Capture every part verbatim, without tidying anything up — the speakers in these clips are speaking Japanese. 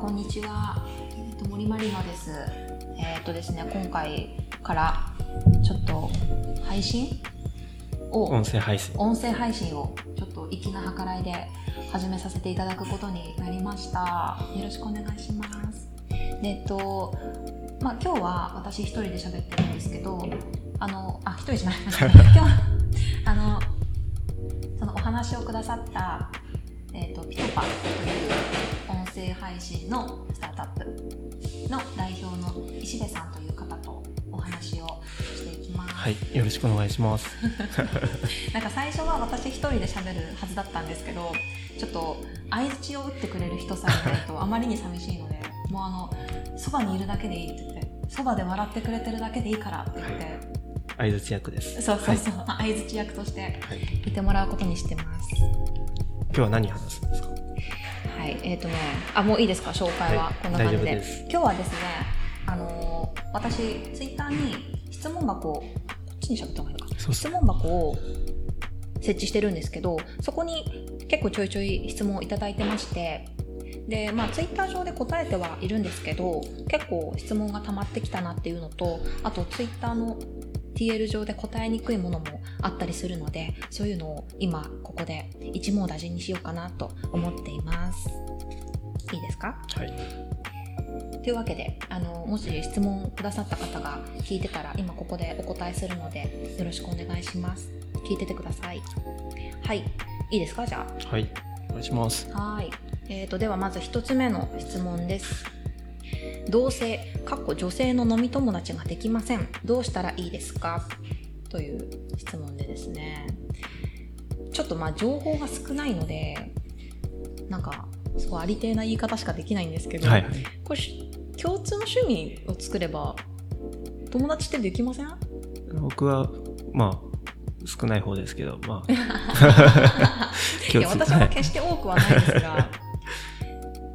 こんにちは、えー、と森まりのです。えっ、ー、とですね、今回からちょっと配信を音声配信音声配信をちょっと粋な計らいで始めさせていただくことになりました。よろしくお願いします。でえっとまあ今日は私一人で喋ってるんですけど、あのあ一人じゃない今日あのそのお話をくださったえっとピトパという音声配信のスタートアップの代表の石部さんという方とお話をしていきます。 はい、よろしくお願いしますなんか最初は私一人で喋るはずだったんですけど、ちょっと相槌を打ってくれる人さえいないとあまりに寂しいので、もうあのそばにいるだけでいいって言って、そばで笑ってくれてるだけでいいからって言って、 はい、相槌役です。 そうそうそう、はい、相槌役としていてもらうことにしてます。 今日は何話すんですか？ はい、えーとね、あ、もういいですか、紹介は、はい、こんな感じ で, で今日はですね、あのー、私ツイッターに質問箱をこっちにしゃべった方がいいのか、質問箱を設置してるんですけど、そこに結構ちょいちょい質問をいただいてまして、で、まあ、ツイッター上で答えてはいるんですけど、結構質問が溜まってきたなっていうのと、あとツイッターの ティーエル 上で答えにくいものもあったりするので、そういうのを今ここで一網打尽にしようかなと思っています。いいですか？ はい。 というわけで、あのもし質問くださった方が聞いてたら今ここでお答えするのでよろしくお願いします。聞いててください。はい、いいですか？じゃあ、 はい、お願いします。 はい、えーとではまず一つ目の質問です。同性（女性の飲み友達ができません。どうしたらいいですか？という質問でですね、ちょっとまあ情報が少ないので、なんかすごいありてえな言い方しかできないんですけど、 はいはい、 これ共通の趣味を作れば友達ってできません？ 僕はまあ少ない方ですけど、まあいや私は決して多くはないですが、はい、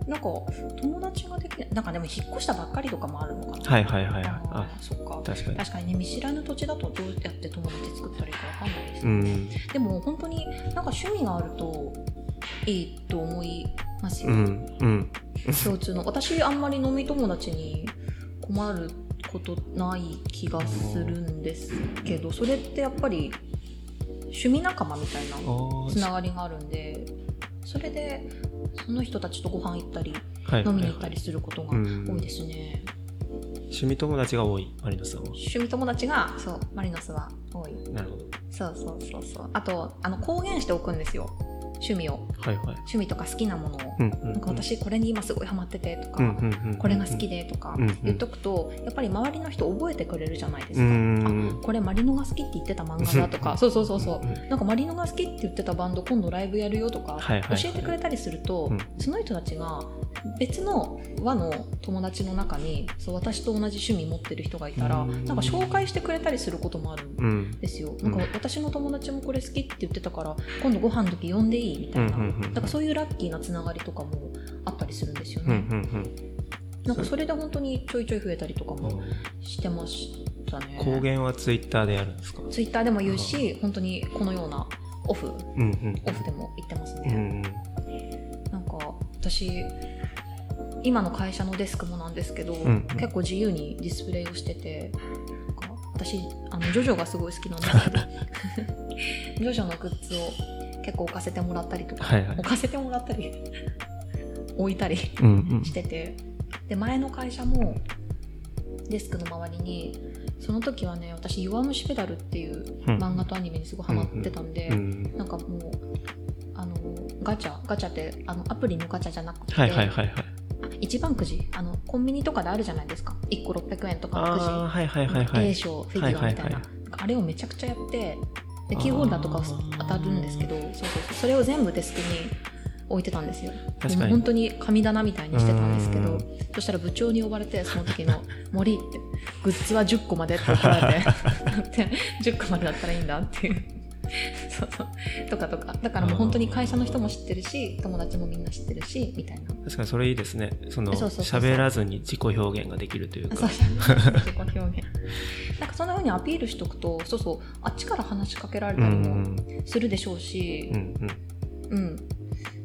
なんか友達ができない、なんかでも引っ越したばっかりとかもあるのかな。 はいはいはいはい。 ああ、そっか。確かに確かにね、見知らぬ土地だとどうやって友達作ったらいいかわかんないです、ね、うん、でも本当になんか趣味があるといいと思いますよ、 うんうん、 共通の。私あんまり飲み友達に困ることない気がするんですけど、それってやっぱり趣味仲間みたいなつながりがあるんで、それでその人たちとご飯行ったり、はい、飲みに行ったりすることが多いですね。 趣味友達が多い、マリノスは。 趣味友達が、そう、マリノスは多い。 なるほど。 そうそうそうそう。あと、あの公言しておくんですよ、趣味を、はいはい、趣味とか好きなものを、うんうんうん、なんか私これに今すごいハマっててとか、うんうんうんうん、これが好きでとか言っとくと、やっぱり周りの人覚えてくれるじゃないですか。あ、これマリノが好きって言ってた漫画だとかそうそうそうそう、なんかマリノが好きって言ってたバンド今度ライブやるよとか教えてくれたりすると、はいはいはい、その人たちが別の輪の友達の中にそう私と同じ趣味持ってる人がいたら、なんか紹介してくれたりすることもあるんですよ、うん、なんか私の友達もこれ好きって言ってたから今度ご飯の時呼んでいいみたいな、うんうんうん、だからそういうラッキーなつながりとかもあったりするんですよね、うんうんうん、なんかそれで本当にちょいちょい増えたりとかもしてましたね。 公言はツイッターでやるんですか？ ツイッターでも言うし、本当にこのようなオフ、うんうん、オフでも言ってますね、うんうん、なんか私今の会社のデスクもなんですけど、うんうん、結構自由にディスプレイをしてて、なんか私あのジョジョがすごい好きなんですけどジョジョのグッズを結構置かせてもらったりとか、はいはい、置かせてもらったり置いたりしてて、うんうん、で前の会社もデスクの周りに、その時はね私弱虫ペダルっていう漫画とアニメにすごいハマってたんで、うんうん、なんかもうあのガチャガチャってあのアプリのガチャじゃなくて、はいはいはいはい、一番くじ、あのコンビニとかであるじゃないですか、いっころっぴゃくえんとかのくじ、あ、はいはいはいはい、A 賞フィギュアみたいな、はいはいはい、あれをめちゃくちゃやって、でキーホルダーとか当たるんですけど、そうそうそう、それを全部デスクに置いてたんですよ。確かに本当に神棚みたいにしてたんですけど、そしたら部長に呼ばれて、その時の森ってグッズはじゅっこまでって言われてじゅっこまでだったらいいんだっていうそうそうとかとか、だからもう本当に会社の人も知ってるし、友達もみんな知ってるしみたいな。 確かにそれいいですね。その喋らずに自己表現ができるというか、 そう自己表現なんかそんな風にアピールしとくと、そうそうあっちから話しかけられたりもするでしょうし、うんうんうん、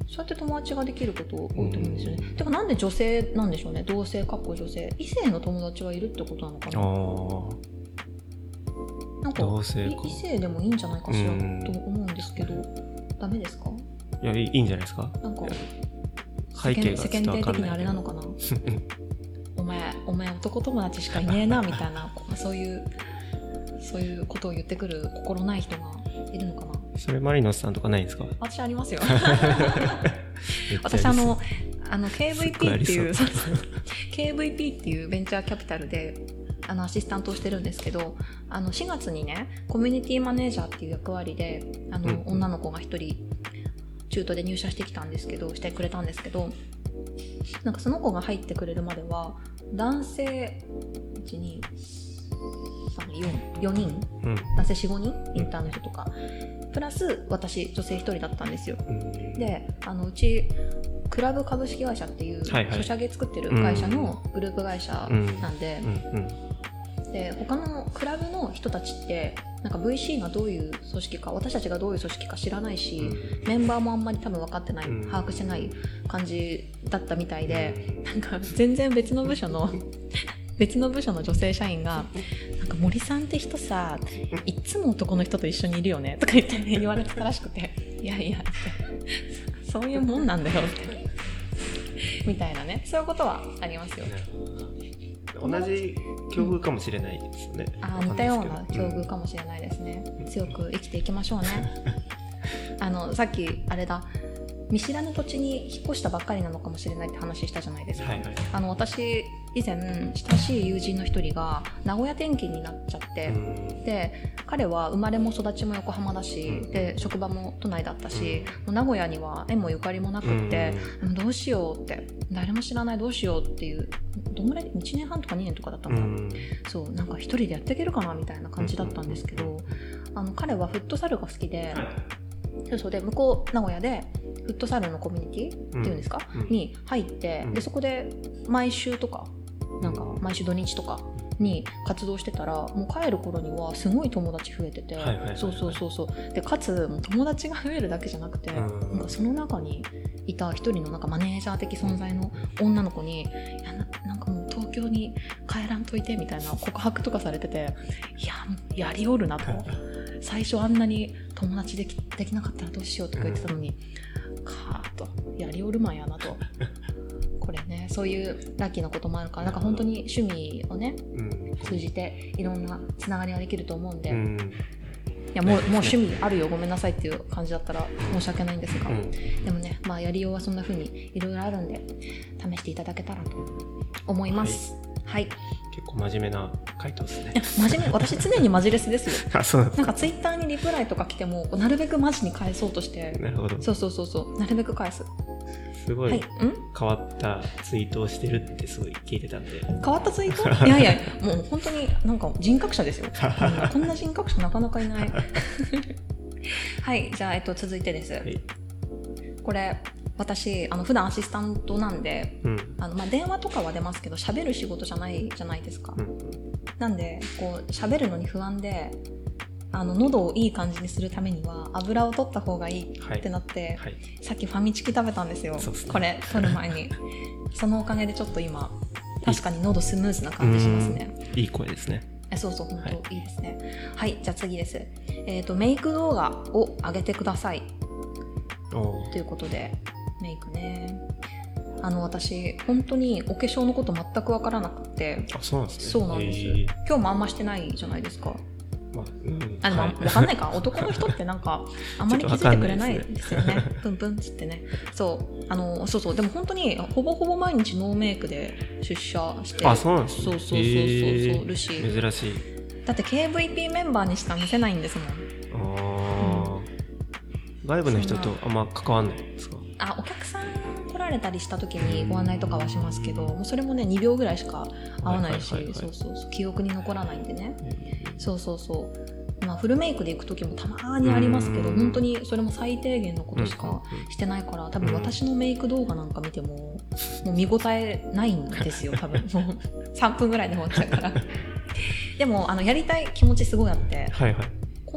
そうやって友達ができること多いと思うんですよね。うん、てかなんで女性なんでしょうね。同性かっこ女性異性の友達はいるってことなのかな。あなんか同性か異性でもいいんじゃないかしらと思うんですけど、ダメですか？ いやいいんじゃないですか。 なんか背景が世間体的にあれなのかな。お前お前男友達しかいねえなみたいなそういうそういうことを言ってくる心ない人がいるのかな。 それマリノスさんとかないんですか？ 私ありますよ。私あのあの ケーブイピー っていうケーブイピー っていうベンチャーキャピタルであのアシスタントをしてるんですけど、あのしがつにねコミュニティマネージャーっていう役割であの、うん、女の子が一人中途で入社してきたんですけどしてくれたんですけど、なんかその子が入ってくれるまでは男性いちにさんよんにん、うん、男性 よんごにんインターンの人とかプラス私女性ひとりだったんですよ。うん、であのうちクラブ株式会社っていうソシャゲ作ってる会社のグループ会社なんで、で他のクラブの人たちってなんか ブイシー がどういう組織か私たちがどういう組織か知らないし、うん、メンバーもあんまり多分分かってない、うん、把握してない感じだったみたいで、なんか全然別の部署の別の部署の女性社員がなんか森さんって人さいつも男の人と一緒にいるよねとか言って、ね、言われてたらしくて、いやいやってそういうもんなんだよってみたいなね、そういうことはありますよ。 同じ境遇かもしれないですね。 うん、あ似たような境遇かもしれないですね。うん、強く生きていきましょうね。あのさっきあれだ見知らぬ土地に引っ越したばっかりなのかもしれないって話したじゃないですか。はいはい、あの私以前親しい友人の一人が名古屋転勤になっちゃって、うん、で彼は生まれも育ちも横浜だし、うん、で職場も都内だったし、うん、名古屋には縁もゆかりもなくって、うん、どうしようって誰も知らないどうしようっていうどんぐらいいちねんはんとかにねんとかだったのかな、うん、そうなんか一人でやっていけるかなみたいな感じだったんですけど、あの彼はフットサルが好きで、そうそうで向こう名古屋でフットサルのコミュニティっていうんですか、うん、に入って、うん、でそこで毎週とかなんか毎週土日とかに活動してたらもう帰る頃にはすごい友達増えてて、はいはいはいはい、そうそうそうそうでかつもう友達が増えるだけじゃなくて、うん、なんかその中にいた一人のなんかマネージャー的存在の女の子にいや な, なんかもう東京に帰らんといてみたいな告白とかされてて、いやもうやりおるなと最初あんなに友達で き, できなかったらどうしようとか言ってたのに、うん、かーとやりおるまんやなとこれねそういうラッキーなこともあるからなんか本当に趣味をね、うん、通じていろんなつながりができると思うんで、うん、いやもう、もう趣味あるよごめんなさいっていう感じだったら申し訳ないんですが、うん、でもねまあやりようはそんな風にいろいろあるんで試していただけたらと思います。はい、はい、 結構真面目な回答ですね。 真面目私常にマジレスですよ。 あそうなんですか。 なんかツイッターにリプライとか来てもなるべくマジに返そうとして、 なるほどそうそうそうそうなるべく返す。 すごい変わったツイートをしてるってすごい聞いてたんで。 変わったツイートいやいやもう本当になんか人格者ですよこんな人格者なかなかいないはいじゃあ、えっと、続いてです、はい、これ私あの普段アシスタントなんで、うんあのまあ、電話とかは出ますけど喋る仕事じゃないじゃないですか、うん、なんでこう喋るのに不安であの喉をいい感じにするためには油を取った方がいいってなって、はいはい、さっきファミチキ食べたんですよ。そうですね、これ取る前にそのおかげでちょっと今確かに喉スムーズな感じしますね。 いい声ですね。 えそうそう本当、はい、いいですね。はいじゃあ次です、えーと、メイク動画を上げてくださいということでメイクねあの私本当にお化粧のこと全く分からなくて。 あそうなんですね。 そうなんです、えー、今日もあんましてないじゃないですか。 まあうん、 あでも、はい、分かんないか男の人ってなんかあんまり気づいてくれないですよねプンプンっつってねそうあのそうそうでも本当にほぼほぼ毎日ノーメイクで出社してあそうなんですね。 そうそうそうそう、えー、るし珍しいだって ケーブイピー メンバーにしか見せないんですもん。 あ、うん、外部の人とあんま関わんないんですか。 あお客さん来られたりした時にご案内とかはしますけどもうそれもねにびょうぐらいしか合わないし、はいはいはいはい、そうそうそう記憶に残らないんでね、うん、そうそうそうまあフルメイクで行く時もたまにありますけど本当にそれも最低限のことしかしてないから多分私のメイク動画なんか見てももう見応えないんですよ多分もうさんぷんぐらいで終わっちゃうからでもあのやりたい気持ちすごいあって、 はいはい、 今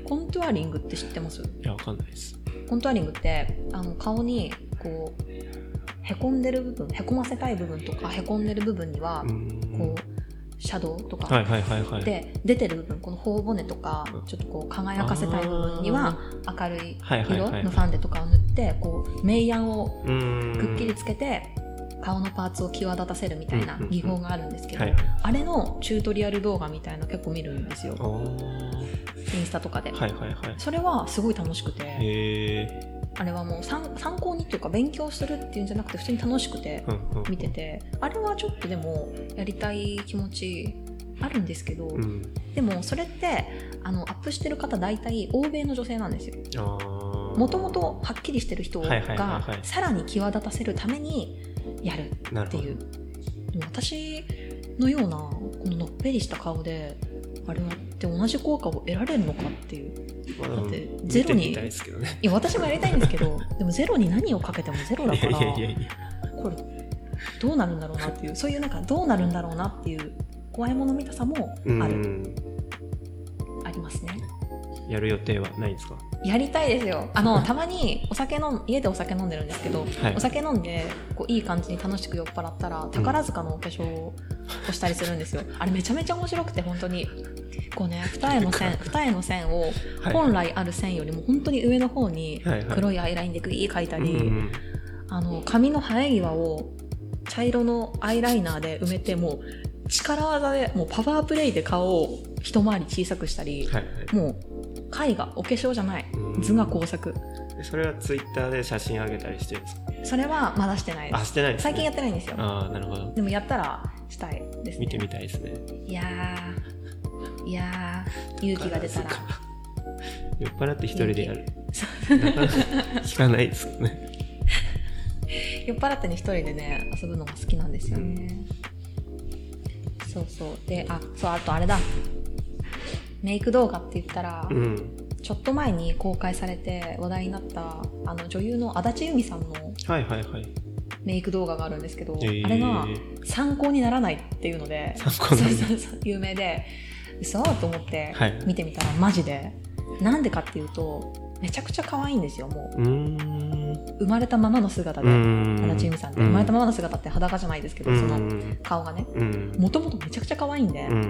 コントゥアリングって知ってます？ いや、わかんないです。 コントゥアリングってあの顔にこうへこんでる部分、へこませたい部分とかへこんでる部分にはこうシャドウとかで出てる部分、この頬骨とかちょっとこう輝かせたい部分には明るい色のファンデとかを塗ってこう明暗をくっきりつけて顔のパーツを際立たせるみたいな技法があるんですけど、あれのチュートリアル動画みたいな結構見るんですよ、インスタとかで。 はいはいはい、 それはすごい楽しくて、 へあれはもう参考にっていうか勉強するっていうんじゃなくて普通に楽しくて見てて、うんうん、あれはちょっとでもやりたい気持ちあるんですけど、うん、でもそれってあのアップしてる方大体欧米の女性なんですよ。もともとはっきりしてる人がさらに際立たせるためにやるっていう。でも私のようなこののっぺりした顔であれって同じ効果を得られるのかっていう。 まあ、 だってゼロに、 ね、 いや私もやりたいんですけどでもゼロに何をかけてもゼロだから、いやいやいやこれどうなるんだろうなっていう、そういうなんかどうなるんだろうなっていう怖いもの見たさもある、ありますね。 やる予定はないんですか？ やりたいですよ。あのたまにお酒飲ん家でお酒飲んでるんですけど、はい、お酒飲んでこういい感じに楽しく酔っ払ったら宝塚のお化粧をしたりするんですよ、うん、あれめちゃめちゃ面白くて本当にこうね、二重の線二重の線を本来ある線よりも本当に上の方に黒いアイラインでグイー描いたり、はいはい、あの髪の生え際を茶色のアイライナーで埋めてもう力技でもうパワープレイで顔を一回り小さくしたり、はいはい、もう絵画お化粧じゃない図画工作。 それはツイッターで写真上げたりしてるんですか？ それはまだしてないです。 あ、してないですね。 最近やってないんですよ。 あ、なるほど。 でもやったらしたいですね。 見てみたいですね。 いやーいやー勇気が出たら酔っ払って一人でやるなかなか聞かないですね。 酔っ払ってね一人でね遊ぶのが好きなんですよね、うん、そうそうで、あ、そう、あとあれだ、メイク動画って言ったら、うん、ちょっと前に公開されて話題になったあの女優の足立由美さんのメイク動画があるんですけど、はいはいはい、あれが参考にならないっていうので、 参考にならないそうそうそう有名で、そうと思って見てみたら、はい、マジでなんでかっていうとめちゃくちゃ可愛いんですよ。もう、うーん生まれたままの姿で、足立由美さんって生まれたままの姿って裸じゃないですけど、その顔がねもともとめちゃくちゃ可愛いんで、うんうんうん、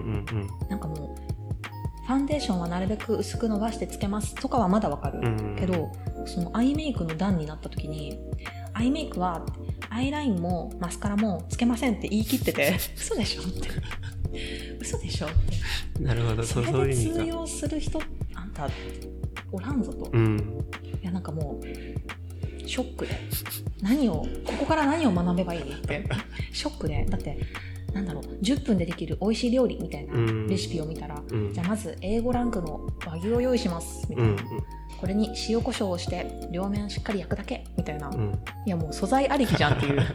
なんかもうファンデーションはなるべく薄く伸ばしてつけますとかはまだわかる、うん、けどそのアイメイクの段になった時にアイメイクはアイラインもマスカラもつけませんって言い切ってて嘘でしょって嘘でしょって。 なるほど、 それで通用する人あんたおらんぞと、うん、いやなんかもうショックで何をここから何を学べばいいのってショックで、だってなんだろうじゅっぷんでできる美味しい料理みたいなレシピを見たら、うん、じゃあまず エーご ランクの和牛を用意しますみたいな、うん、これに塩コショウをして両面しっかり焼くだけみたいな、うん、いやもう素材ありきじゃんっていう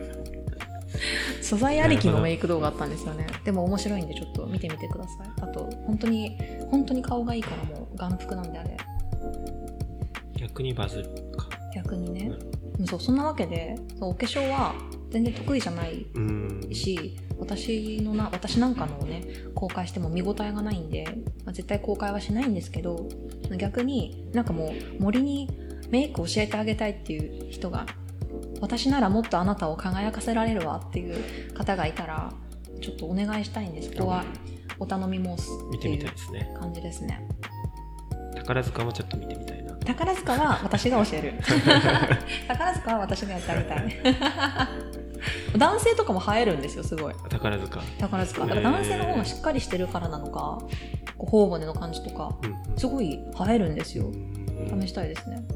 素材ありきのメイク動画あったんですよね。でも面白いんでちょっと見てみてください。あと本当に本当に顔がいいからもう眼福なんであれ逆にバズるか。 逆にね、うん、そうそんなわけでそうお化粧は全然得意じゃないし、私のな私なんかのをね公開しても見応えがないんで、まあ、絶対公開はしないんですけど、逆になんかもう森にメイク教えてあげたいっていう人が、私ならもっとあなたを輝かせられるわっていう方がいたらちょっとお願いしたいんです。ここはお頼み申すっていう感じですね。 宝塚もちょっと見てみたいな。 宝塚は私が教える宝塚は私がやってあげたい男性とかも映えるんですよ、すごい。 宝塚宝塚だから男性の方がしっかりしてるからなのか、こう頬骨の感じとか、うん、すごい映えるんですよ。試したいですね。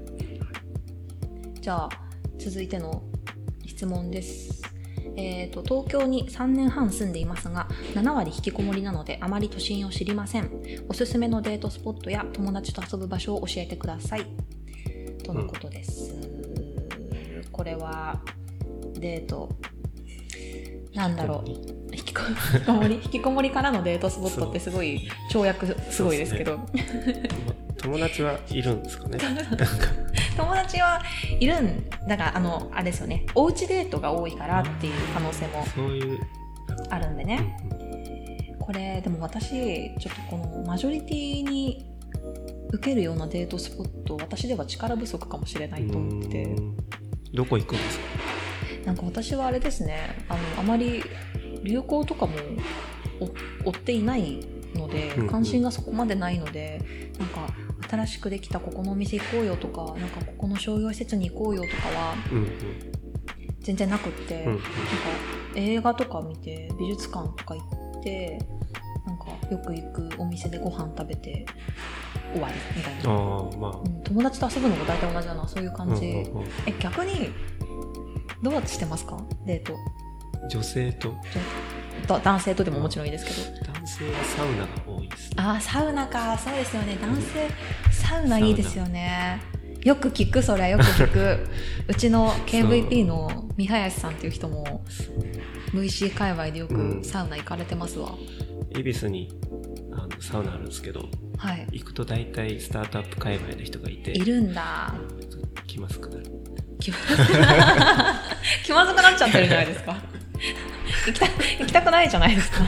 じゃあ続いての質問です。えーと、東京にさんねんはん住んでいますがななわり引きこもりなのであまり都心を知りません。おすすめのデートスポットや友達と遊ぶ場所を教えてくださいとのことです、うん、これはデートなんだろう引きこもり引きこもりからのデートスポットってすごい跳躍すごいですけど、 友達はいるんですかね友達はいるんだから、あのあれですよね、おうちデートが多いからっていう可能性もあるんでね。これでも私ちょっとこのマジョリティに受けるようなデートスポット、私では力不足かもしれないと思って。 どこ行くんですか？ なんか私はあれですね、あのあまり流行とかも追っていないので、関心がそこまでないので、なんか新しくできたここのお店行こうよとか、なんかここの商業施設に行こうよとかは全然なくって、なんか映画とか見て美術館とか行って、なんかよく行くお店でご飯食べて終わりみたいな。あ、まあうん、友達と遊ぶのも大体同じだな、そういう感じ。うんうんうん、え逆にどうやってしてますか、デート？ 女性と男性とでももちろんいいですけど。 男性はサウナが多いですね。 ああ、サウナか。そうですよね、男性、うん、サウナいいですよね。よく聞く、それよく聞くうちの ケーブイピー の三林さんっていう人も ブイシー 界隈でよくサウナ行かれてますわ。 恵比寿にあのサウナあるんですけど、はい、行くと大体スタートアップ界隈の人がいて、 いるんだ。 気まずくなる。 気ま気まずくなっちゃってるじゃないですか行きた行きたくないじゃないですか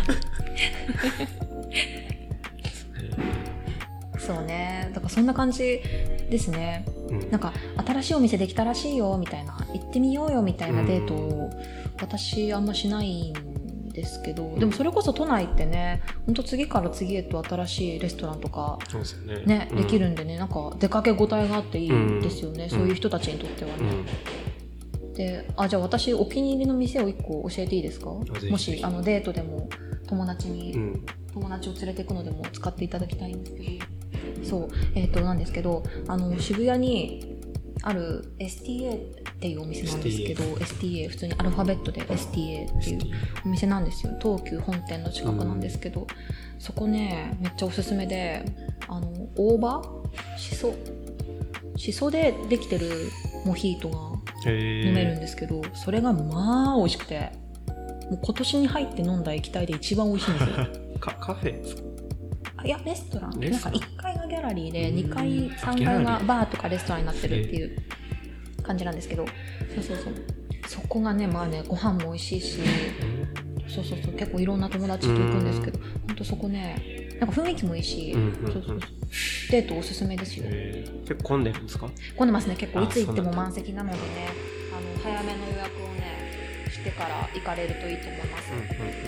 そうね、だからそんな感じですね、うん、なんか新しいお店できたらしいよみたいな、行ってみようよみたいなデートを私あんましないんですけど、うん、でもそれこそ都内ってね、ほんと次から次へと新しいレストランとか、そうですね、ね、うん、できるんでね、なんか出かけ応えがあっていいですよね、うん、そういう人たちにとってはね、うん、で、あ、じゃあ私お気に入りの店をいっこ教えていいですか？もしあのデートでも友達に、うん、友達を連れていくのでも使っていただきたいんですけど、そう、えーとなんですけど、あの渋谷にある エスティーエー っていうお店なんですけど、 エスティーエー 普通にアルファベットで エスティーエー っていうお店なんですよ。東急本店の近くなんですけど、うん、そこねめっちゃおすすめで、あの大葉しそしそでできてるモヒートが飲めるんですけど、それがまあ美味しくて、もう今年に入って飲んだ液体で一番美味しいんですよカ, カフェですか？いやレストラン、なんかいっかいがギャラリーでにかいさんがいがバーとかレストランになってるっていう感じなんですけど、そうそうそう、そこがね、まあね、ご飯も美味しいし、そうそうそう、結構いろんな友達と行くんですけど、ほんとそこね、なんか雰囲気もいいし、うんうんうん、そうそうそう、デートおすすめですよ。 結構混んでるんですか？混んでますね、結構いつ行っても満席なのでね、あの早めの予約をねしてから行かれるといいと思います。うんうん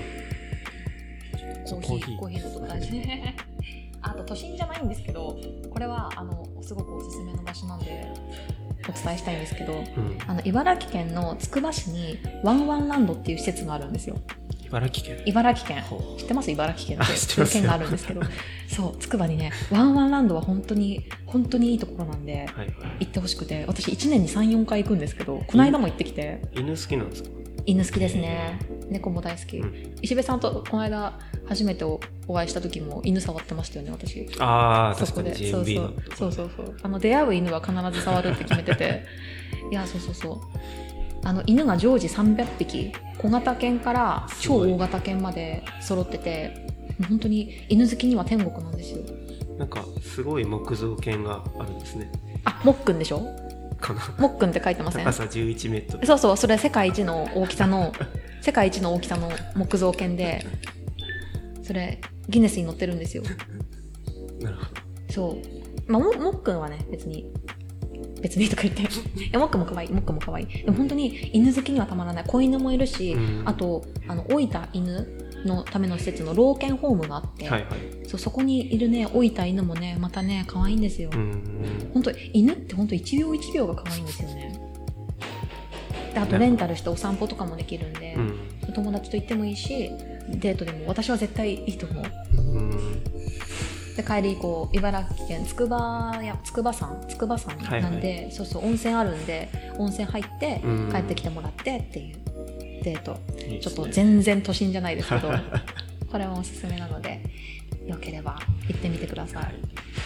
うん、コーヒー、コーヒーのと大事ねあと都心じゃないんですけど、これはあのすごくおすすめの場所なんでお伝えしたいんですけど、うん、あの茨城県のつくば市にワンワンランドっていう施設があるんですよ。 茨城県茨城県知ってます？茨城県ってそういう県があるんですけどそうつくばにねワンワンランドは本当に本当にいいところなんで、はいはい、行ってほしくて、私いちねんに さん,よん 回行くんですけど、この間も行ってきて。 犬好きなんですか？ 犬好きですね。猫も大好き、うん、石部さんとこの間初めてお会いした時も犬触ってましたよね、私。 ああ、確かに ジェーエムビー のとこそうそうそうそう、あの出会う犬は必ず触るって決めてていやそうそうそう、あの犬が常時さんびゃっぴき、小型犬から超大型犬まで揃ってて、本当に犬好きには天国なんですよ。 なんかすごい木造犬があるんですね。 あ、もっくんでしょかな、もっくんって書いてません？ 高さじゅういちメートル。 そうそう、それ世界一の大きさの世界一の大きさの木造犬で、それギネスに載ってるんですよなるほど。 そう、まあ、も, もっくんはね別に別にとか言っていやもっくんも可愛い、もっくんも可愛い。でも本当に犬好きにはたまらない。子犬もいるし、うん、あとあの老いた犬のための施設の老犬ホームがあって、はいはい、そう、そこにいるね老いた犬もねまたね可愛いんですよ。本当犬って本当いちびょういちびょうが可愛いんですよね。であとレンタルしてお散歩とかもできるんで、うん、友達と行ってもいいし、デートでも私は絶対いいと思う。うん、で帰りこう茨城県つくばや筑波山筑波山なんで、はいはい、そうそう温泉あるんで温泉入って帰ってきてもらってっていうデート、いいちょっと全然都心じゃないですけどこれはおすすめなのでよければ行ってみてください。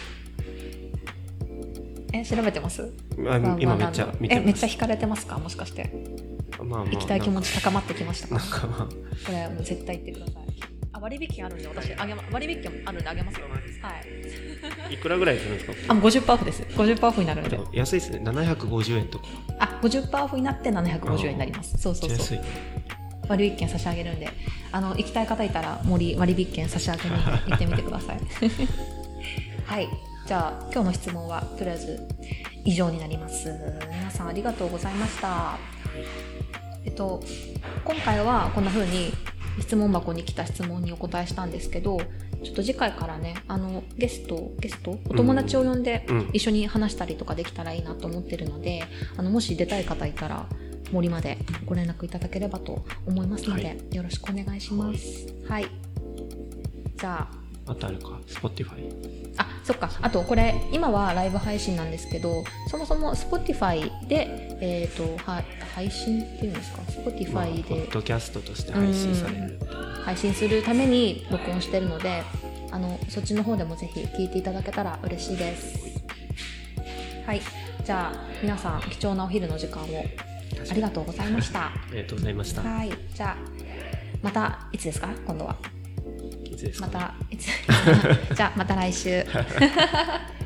え調べてます？ あ今めっちゃ見てます。 えめっちゃ惹かれてますか？もしかして、まあまあ、行きたい気持ち高まってきましたか？なんか、まあ、これもう絶対行ってください。あ割引券あるんで私あげ、ま、割引券あるんであげますよ。はいいくらぐらいするんですか？ あ ごじゅっパーセント オフです。 ごじゅっパーセント オフになるんで安いですね。ななひゃくごじゅうえんとか。 あ ごじゅっパーセント オフになってななひゃくごじゅうえんになります。そうそうそう、割引券差し上げるんで、あの行きたい方いたら森割引券差し上げるんで行ってみてくださいはい、 じゃあ今日の質問はとりあえず以上になります。皆さんありがとうございました。えっと今回はこんな風に質問箱に来た質問にお答えしたんですけど、ちょっと次回からね、あのゲストゲストお友達を呼んで一緒に話したりとかできたらいいなと思ってるので、あのもし出たい方いたら森までご連絡いただければと思いますので、はい、よろしくお願いします。はい、はい、じゃああとあるか Spotify、 あ、そっか、あとこれ今はライブ配信なんですけど、そもそも Spotify で、えー、とは配信っていうんですか、 Spotify で、 まあ、ポッドキャストとして配信される、 配信するために録音してるので、あのそっちの方でもぜひ聞いていただけたら嬉しいです。はい、じゃあ皆さん貴重なお昼の時間をありがとうございました。 ありがとうございました。 はい、じゃあまたいつですか、今度は。 いつですか、 またいつじゃあまた来週